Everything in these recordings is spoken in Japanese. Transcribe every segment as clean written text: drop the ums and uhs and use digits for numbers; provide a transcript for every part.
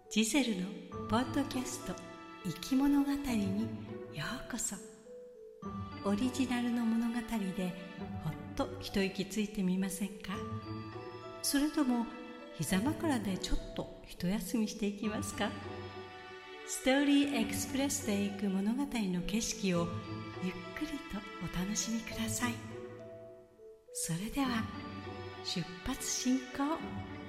ジゼルのポッドキャスト生き物語にようこそ。オリジナルの物語でほっと一息ついてみませんか？それとも膝枕でちょっと一休みしていきますか？ストーリーエクスプレスで行く物語の景色をゆっくりとお楽しみください。それでは出発進行。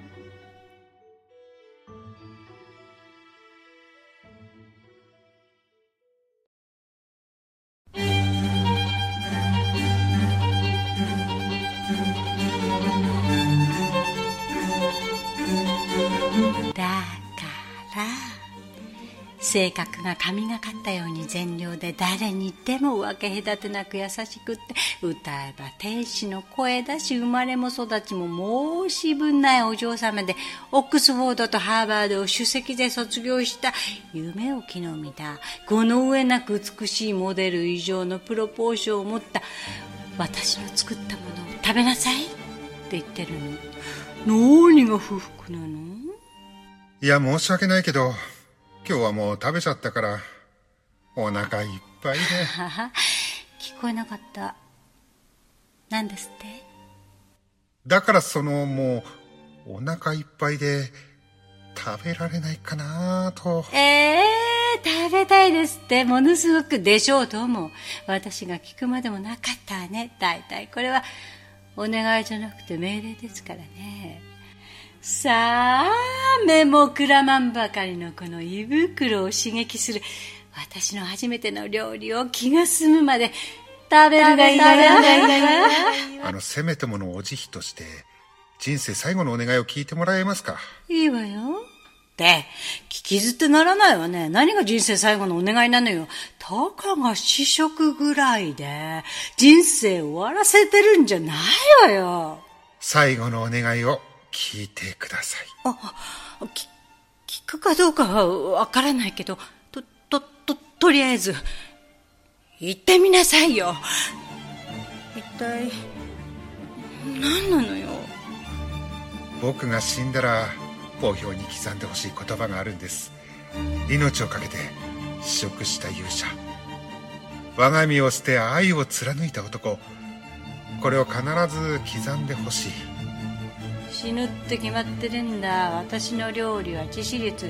だから性格が神がかったように善良で、誰にでも分け隔てなく優しくって、歌えば天使の声だし、生まれも育ちも申し分ないお嬢様で、オックスフォードとハーバードを首席で卒業した夢を木の実だ。この上なく美しいモデル以上のプロポーションを持った私の作ったものを食べなさいって言ってるの。何が不服なの？ いや、申し訳ないけど、今日はもう食べちゃったから、お腹いっぱいで。 聞こえなかった。何ですって？ だからもう、お腹いっぱいで、食べられないかなと。 食べたいですって、ものすごくでしょうと思う。私が聞くまでもなかったわね。だいたいこれは、お願いじゃなくて命令ですからね。さあ、目もくらまんばかりのこの胃袋を刺激する私の初めての料理を気が済むまで食べるがいいわ。 せめてものお慈悲として人生最後のお願いを聞いてもらえますか？ いいわよ。で、聞き捨てならないわね。何が人生最後のお願いなのよ。たかが試食ぐらいで人生終わらせてるんじゃないわよ。 最後のお願いを聞いてください。 聞くかどうかはわからないけど、とりあえず言ってみなさいよ。一体何なのよ。 僕が死んだら墓標に刻んでほしい言葉があるんです。命をかけて試食した勇者、我が身を捨て愛を貫いた男、これを必ず刻んでほしい。 死ぬって決まってるんだ。私の料理は致死率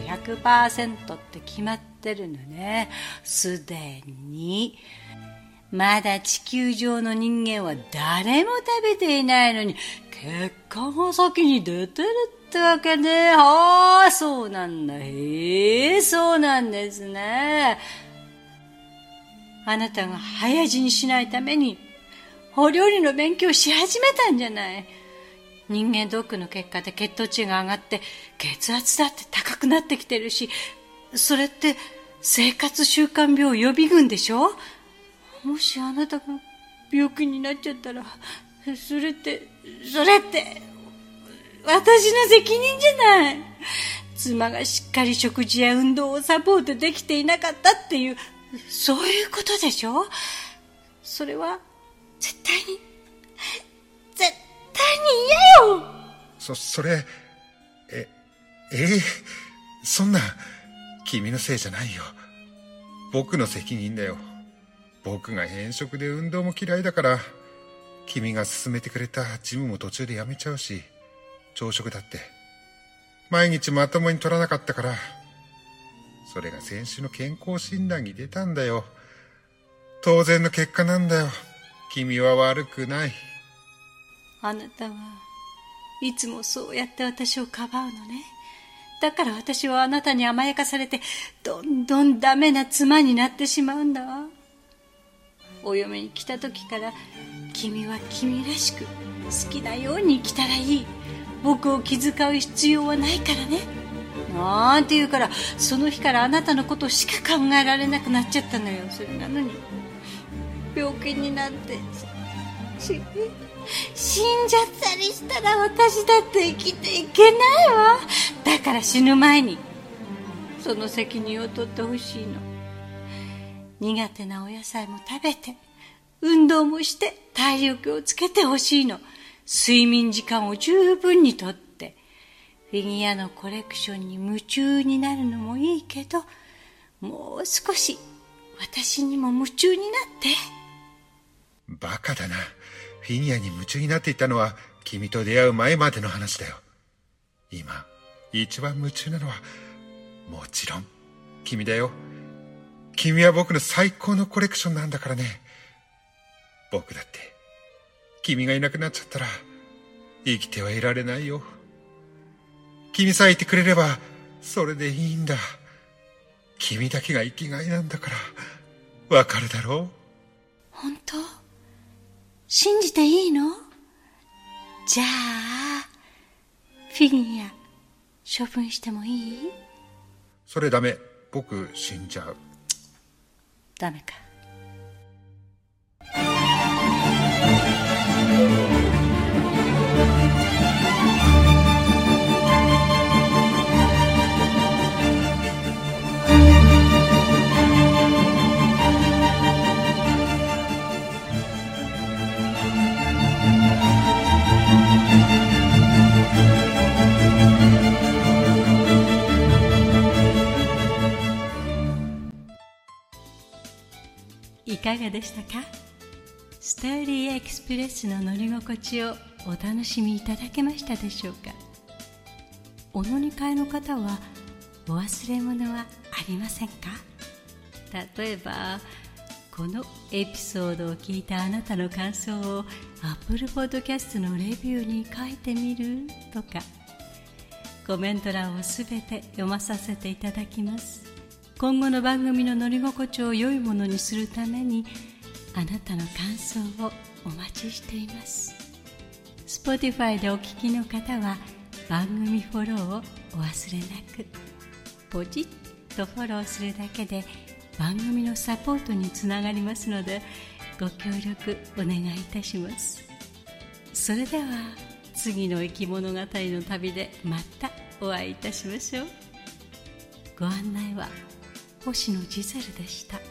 100% って決まってるのね。すでにまだ地球上の人間は誰も食べていないのに結果が先に出てるってわけね。ああ、そうなんだ。そうなんですね。あなたが早死にしないためにお料理の勉強し始めたんじゃない。人間ドックの結果で血糖値が上がって血圧だって高くなってきてるし、それって生活習慣病予備軍でしょ。もしあなたが病気になっちゃったら、それって私の責任じゃない。妻がしっかり食事や運動をサポートできていなかったっていう、そういうことでしょ。それは絶対に嫌よ。 それそんな、君のせいじゃないよ。僕の責任だよ。僕が偏食で運動も嫌いだから、君が勧めてくれたジムも途中でやめちゃうし、朝食だって毎日まともに取らなかったから、それが先週の健康診断に出たんだよ。当然の結果なんだよ。君は悪くない。 あなたはいつもそうやって私をかばうのね。だから私はあなたに甘やかされて、どんどんダメな妻になってしまうんだわ。お嫁に来た時から君は君らしく好きなように生きたらいい。僕を気遣う必要はないからね。なんて言うから、その日からあなたのことしか考えられなくなっちゃったのよ。それなのに病気になって死んじゃったりしたら私だって生きていけないわ。だから死ぬ前にその責任を取ってほしいの。苦手なお野菜も食べて、運動もして体力をつけてほしいの。睡眠時間を十分にとって、 フィギュアのコレクションに夢中になるのもいいけど、もう少し私にも夢中になって。 バカだな。フィギュアに夢中になっていたのは君と出会う前までの話だよ。今一番夢中なのはもちろん君だよ。君は僕の最高のコレクションなんだからね。僕だって君がいなくなっちゃったら生きてはいられないよ。君さえいてくれればそれでいいんだ。君だけが生きがいなんだからわかるだろう。 本当？信じていいの？じゃあフィギュア処分してもいい？ それダメ。僕死んじゃう。 ダメか。いかがでしたか？ストーリーエクスプレスの乗り心地をお楽しみいただけましたでしょうか？お乗り換えの方はお忘れ物はありませんか？例えばこのエピソードを聞いたあなたの感想を Apple Podcast のレビューに書いてみるとか、コメント欄をすべて読まさせていただきます。今後の番組の乗り心地を良いものにするためにあなたの感想をお待ちしています。 Spotify でお聞きの方は番組フォローをお忘れなく。ポチッとフォローするだけで番組のサポートにつながりますのでご協力お願いいたします。それでは次の生き物語の旅でまたお会いいたしましょう。ご案内は星野ジゼルでした。